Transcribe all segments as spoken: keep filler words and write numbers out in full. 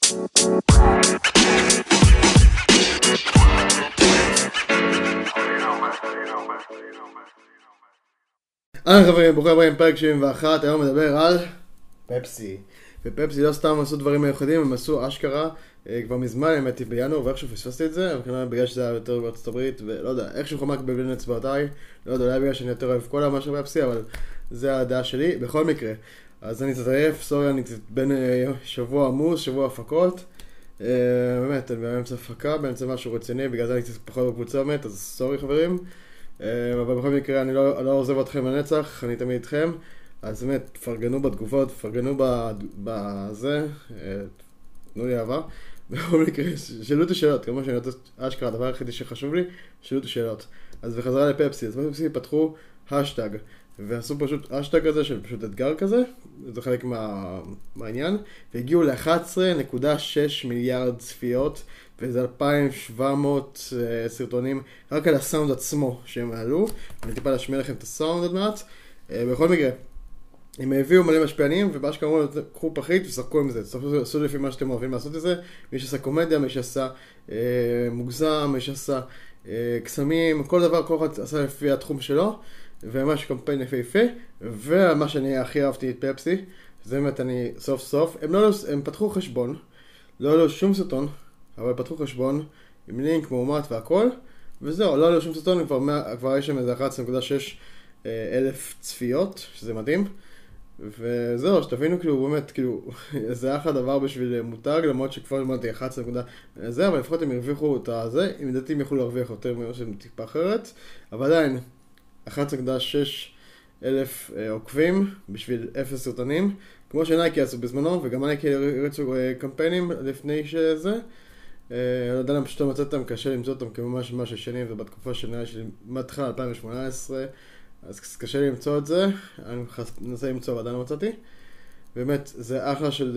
אהלן חברים, ברוכים הבאים, פרק שבעים ואחת, היום מדבר על פפסי. ופפסי לא סתם עשו דברים מיוחדים, הם עשו אשכרה כבר מזמן, האמת היא בינואר, ואיכשהו פספסתי את זה, אבל כנראה בגלל שזה היה יותר בארצות הברית, ולא יודע, איכשהו חמק בבין אצבעותיי, לא יודע, אולי בגלל שאני יותר אוהב כל מה של פפסי, אבל זה הדעה שלי. בכל מקרה, אז אני קצת עייף, סורי, אני קצת בין שבוע עמוס, שבוע הפקות, באמת, אני באמצע הפקה, באמצע משהו רציני, בגלל זה אני קצת פחות בקבוצה באמת, אז סורי חברים. אבל בכל מקרה אני לא, לא עוזב אתכם לנצח, אני תמיד איתכם, אז באמת תפרגנו בתגובות, תפרגנו בזה, תנו לי אהבה. בכל מקרה, שאלו אותי שאלות, כמו שאני רוצה אשכרה, הדבר היחידי שחשוב לי, שאלו אותי שאלות. אז בחזרה לפפסי, אז בפפסי פתחו השטג, ועשו פשוט השטג הזה של פשוט אתגר כזה, זה חלק מה, מהעניין, והגיעו ל-אחת עשרה נקודה שש מיליארד צפיות, וזה אלפיים שבע מאות uh, סרטונים רק על הסאונד עצמו שהם העלו. אני טיפה להשמיע לכם את הסאונד עוד מעט. Uh, בכל מקרה, הם הביאו מלא משפיענים, ובא שקראו, קחו פחית ושחקו עם זה. עשו לפי מה שאתם אוהבים לעשות את זה. מי שעשה קומדיה, מי שעשה uh, מוגזם, מי שעשה uh, קסמים, כל דבר, כל אחד עשה לפי התחום שלו, וממש קמפיין יפהפה. ומה שאני הכי אהבתי את פפסי, זה באמת אני סוף סוף, הם, לא, הם פתחו חשבון, לא עלו שום סרטון, אבל פתחו חשבון עם לינק מאומת והכל, וזהו, לא עלו שום סרטון, כבר, כבר יש שם איזה אחת עשרה נקודה שש אלף צפיות, שזה מדהים, וזהו, שתבינו כאילו באמת, כאילו, זה אחלה דבר בשביל מותג, למרות שכבר אמרתי אחת עשרה נקודה זה, אבל לפחות הם הרוויחו את הזה, אם לדעתי הם יכולו להרוויח יותר ממה שהם טיפה אחרת, אבל עדיין, אחת עשרה נקודה שש אלף עוקבים בשביל אפס סרטונים, כמו שנייקי עשו בזמנו, וגם נייקי הרצו קמפיינים לפני שזה, לא יודע למה פשוט לא מצאת אותם, קשה למצוא אותם כממש ממש ישנים, ובתקופה שנראה שלי מתחילה אלפיים שמונה עשרה, אז קשה לי למצוא את זה, אני מנסה למצוא ועדיין לא מצאתי. באמת, זה אחלה של,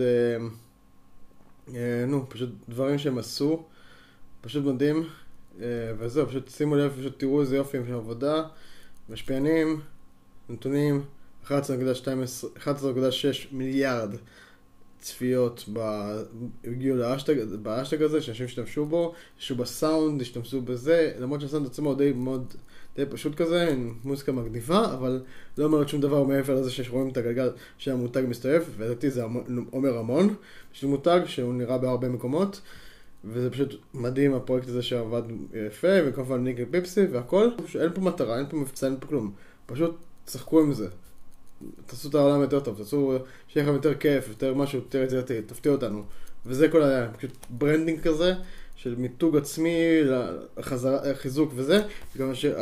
נו, פשוט דברים שהם עשו, פשוט מדהים, וזהו, פשוט שימו לב, פשוט תראו איזה יופי של עבודה, משפיענים, נתונים, אחת עשרה נקודה שש מיליארד צפיות הגיעו להשטג הזה, שאנשים השתמשו בו, השתמשו בסאונד, השתמשו בזה, למרות שהסאונד עצמו די מאוד, די פשוט כזה, עם מוזיקה מגניבה, אבל לא אומרת שום דבר מעבר לזה שרואים את הגלגל שהמותג מסתובב, ולדעתי זה אומר המון, בשביל מותג שהוא נראה בהרבה מקומות, וזה פשוט מדהים הפרויקט הזה שעבד יפה, וכמובן לינק לפפסי והכל, אין פה מטרה, אין פה מבצע, אין פה כלום, פשוט צחקו עם זה. תעשו את העולם יותר טוב, תעשו שיהיה לכם יותר כיף, יותר משהו, יותר יצירתי, תפתיע אותנו. וזה כל היה, פשוט ברנדינג כזה, של מיתוג עצמי, לחזרה, חיזוק וזה, וגם ש...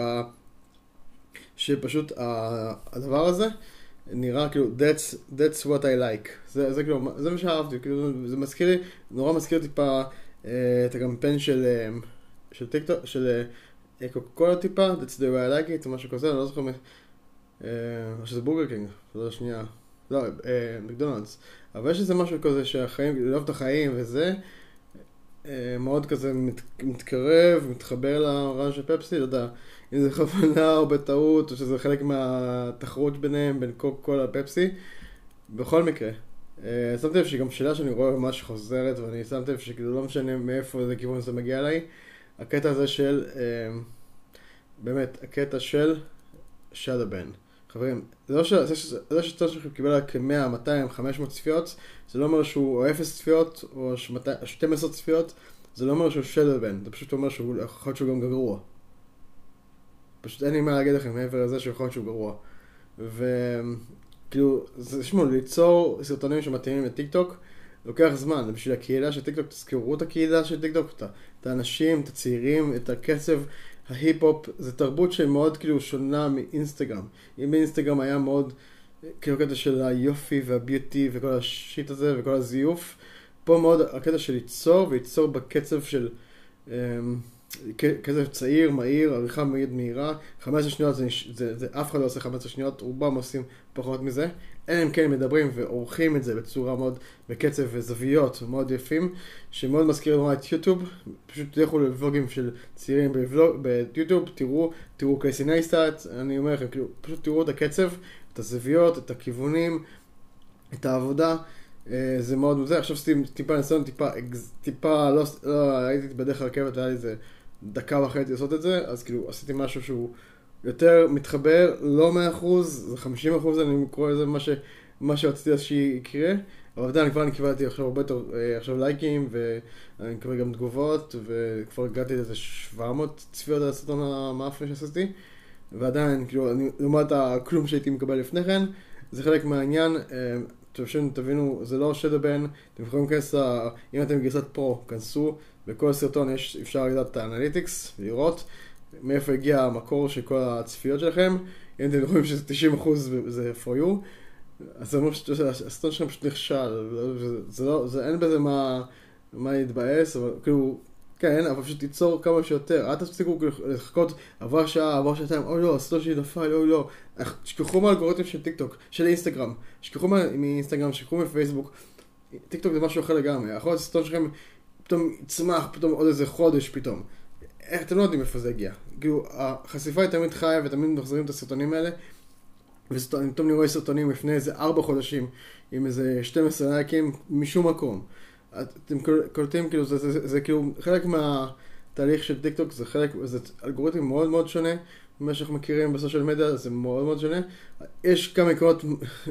שפשוט הדבר הזה נראה כאילו, that's, that's what I like. זה, זה כאילו, זה מה שאהבתי, כאילו, זה מזכיר לי, נורא מזכיר טיפה את הקמפיין של, של טיקטוק, של קוקולה טיפה, that's the way I like it, או משהו כזה, אני לא זוכר מ... או שזה בורגר קינג, לא שנייה, לא, מקדונלדס, אבל יש איזה משהו כזה שהחיים, לאהוב את החיים וזה, מאוד כזה מתקרב, מתחבר לרעיון של פפסי, לא יודע, אם זה בכוונה או בטעות, או שזה חלק מהתחרות ביניהם, בין קוקה קולה לפפסי, בכל מקרה. שמתי לב שגם שאלה שאני רואה ממש חוזרת, ואני שמתי לב שכאילו לא משנה מאיפה איזה כיוון זה מגיע אליי, הקטע הזה של, באמת, הקטע של שדובן. חברים, זה לא שהצד שלכם קיבל כ-מאה, מאתיים, חמש מאות צפיות, זה לא אומר שהוא אפס צפיות או שתים עשרה צפיות, זה לא אומר שהוא שדובן, זה פשוט אומר שהוא יכול להיות שהוא גם גרוע. פשוט אין לי מה להגיד לכם מעבר לזה שהוא יכול להיות שהוא גרוע. וכאילו, זה שמעו, ליצור סרטונים שמתאימים לטיקטוק, לוקח זמן, בשביל הקהילה של טיקטוק, תזכרו את הקהילה של טיקטוק, את האנשים, את הצעירים, את הקצב, ההיפ-הופ, זה תרבות שהיא מאוד כאילו שונה מאינסטגרם. אם באינסטגרם היה מאוד כאילו קטע של היופי והביוטי וכל השיט הזה וכל הזיוף, פה מאוד הקטע של ליצור וליצור בקצב של קצב צעיר, מהיר, עריכה מאוד מהירה. חמש עשרה שניות, זה, זה, זה אף אחד לא עושה חמש עשרה שניות, רובם עושים פחות מזה. אלא אם כן מדברים ועורכים את זה בצורה מאוד, בקצב וזוויות מאוד יפים, שמאוד מזכיר לנו את יוטיוב. פשוט תלכו לבלוגים של צעירים בבלוג, ביוטיוב, תראו, תראו קייסי נייסטאט, אני אומר לכם, כאילו, פשוט תראו את הקצב, את הזוויות, את הכיוונים, את העבודה, זה מאוד מוזר, עכשיו עשיתי טיפה ניסיון, טיפה, טיפה, לא, לא, הייתי בדרך הרכבת, היה לי איזה דקה וחצי לעשות את זה, אז כאילו עשיתי משהו שהוא יותר מתחבר, לא מאה אחוז, זה חמישים אחוז, אני קורא לזה מה, ש, מה שרציתי אז שיקרה, אבל עדיין כבר אני קיבלתי עכשיו הרבה יותר, עכשיו לייקים, ואני מקבל גם תגובות, וכבר הגעתי לאיזה שבע מאות צפיות על הסרטון המאפן שעשיתי, ועדיין, כאילו, אני לעומת הכלום שהייתי מקבל לפני כן, זה חלק מהעניין, אתם תבינו, זה לא שדבן, אתם יכולים להיכנס, אם אתם בגרסת פרו, כנסו, בכל סרטון יש, אפשר לדעת את האנליטיקס, לראות מאיפה הגיע המקור של כל הצפיות שלכם, אם אתם יכולים שזה תשעים אחוז זה for you, אז זה אומר שהסרטון שלכם פשוט נכשל, זה לא, זה אין בזה מה, מה להתבאס, אבל כאילו, כן, אבל פשוט תיצור כמה שיותר, אל תפסיקו לחכות, עבר שעה, עבר שעתיים, אוי לא, הסרטון שלי נפל, אוי לא, שכחו מהאלגוריתם של טיק טוק, של אינסטגרם, שכחו מאינסטגרם, שכחו מפייסבוק, טיק טוק זה משהו אחר לגמרי, יכול להיות הסרטון שלכם פתאום יצמח, פתאום עוד איזה חודש פתאום, איך אתם לא יודעים איפה זה הגיע, כאילו, החשיפה היא תמיד חיה ותמיד מחזירים את הסרטונים האלה, ופתאום אני רואה סרטונים לפני איזה ארבע חודשים, עם איזה שנים עשר לייקים משום מקום. אתם קולטים, כאילו, זה, זה, זה, זה כאילו חלק מהתהליך של טיק טוק, זה חלק, זה אלגוריתם מאוד מאוד שונה, ממה שאנחנו מכירים בסושיאל מדיה, זה מאוד מאוד שונה. יש כמה עקרונות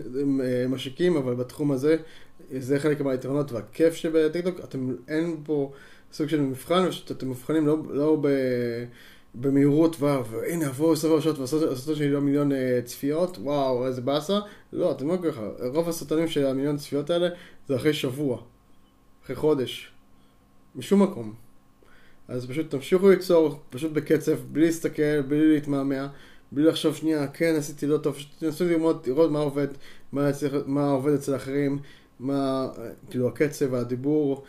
משיקים, אבל בתחום הזה, זה חלק מהיתרונות והכיף שבטיק טוק, אתם, אין פה סוג של מבחן, אתם מבחנים לא, לא ב... במהירות, וואו, והנה, עברו עשרה שעות, והסרטון שלי לא מיליון צפיות, וואו, איזה באסה. לא, אתם לא ככה. רוב הסרטונים של המיליון צפיות האלה, זה אחרי שבוע, אחרי חודש, משום מקום. אז פשוט תמשיכו ליצור, פשוט בקצב, בלי להסתכל, בלי להתמהמה, בלי לחשוב שנייה, כן, עשיתי לא טוב, תנסו לראות, לראות מה עובד, מה, יצליח, מה עובד אצל אחרים, מה, כאילו, הקצב והדיבור,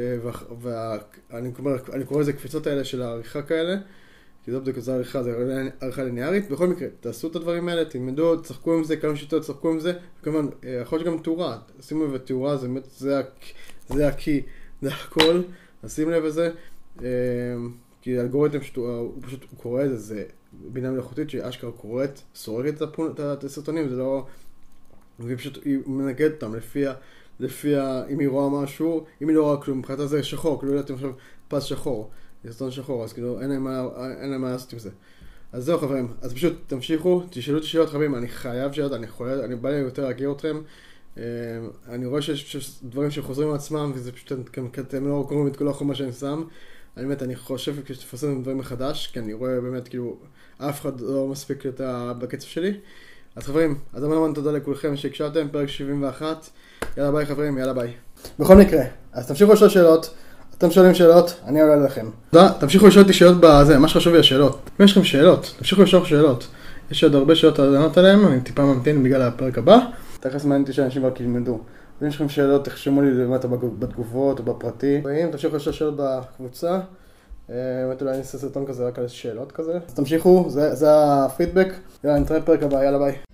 ואני קורא לזה קפיצות האלה של העריכה כאלה, כי זו בדיוק, זו עריכה, זו עריכה ליניארית. בכל מקרה, תעשו את הדברים האלה, תלמדו, תשחקו עם זה, כמה שיותר תשחקו עם זה, וכמובן, יכול להיות שגם תאורה, שימו לב, תאורה, זה באמת, זה הקי, זה הכל, נשים לב לזה, כי האלגוריתם הוא פשוט קורא את זה, זה בינה מלאכותית שהיא אשכרה קוראת, סורקת את הסרטונים, זה לא, והיא פשוט, היא מנגדת אותם לפי, לפי, אם היא רואה משהו, אם היא לא רואה כלום, מבחינת זה שחור, כאילו אתם עכשיו פס שחור, סרטון שחור, אז כאילו אין להם מה, אין להם מה לעשות עם זה. אז זהו חברים, אז פשוט תמשיכו, תשאלו את השאלות חברים, אני חייב שאלות, אני חייב, אני בא לי יותר להכיר אתכם, אני רואה שיש דברים שחוזרים מעצמם, וזה פשוט, אתם לא קוראים את כל החומה שאני שם, אני באמת, אני חושב שתפסים דברים מחדש, כי אני רואה באמת, כאילו, אף אחד לא מספיק בקצב שלי. אז חברים, אז המון המון תודה לכולכם שהקשבתם, פרק שבעים ואחת, יאללה ביי חברים, יאללה ביי. בכל מקרה, אז תמשיכו לשאול שאלות, אתם שואלים שאלות, אני עולה לכם. תודה, תמשיכו לשאול אותי שאלות בזה, מה שחשוב לי השאלות. אם יש לכם שאלות, תמשיכו לשאול שאלות. יש עוד הרבה שאלות לענות עליהן, אני טיפה ממתין בגלל הפרק הבא. תכף מעניין אותי שאנשים רק ילמדו. ואם יש לכם שאלות, תחשמו לי למטה בתגובות או בפרטי. ואם תמשיכו לשאול שאלות בקבוצה, באמת אולי אני אעשה סרטון כזה רק על שאלות כזה. אז תמשיכו, זה, זה הפידבק. יאללה, נתראה בפרק הבא, יאללה ביי.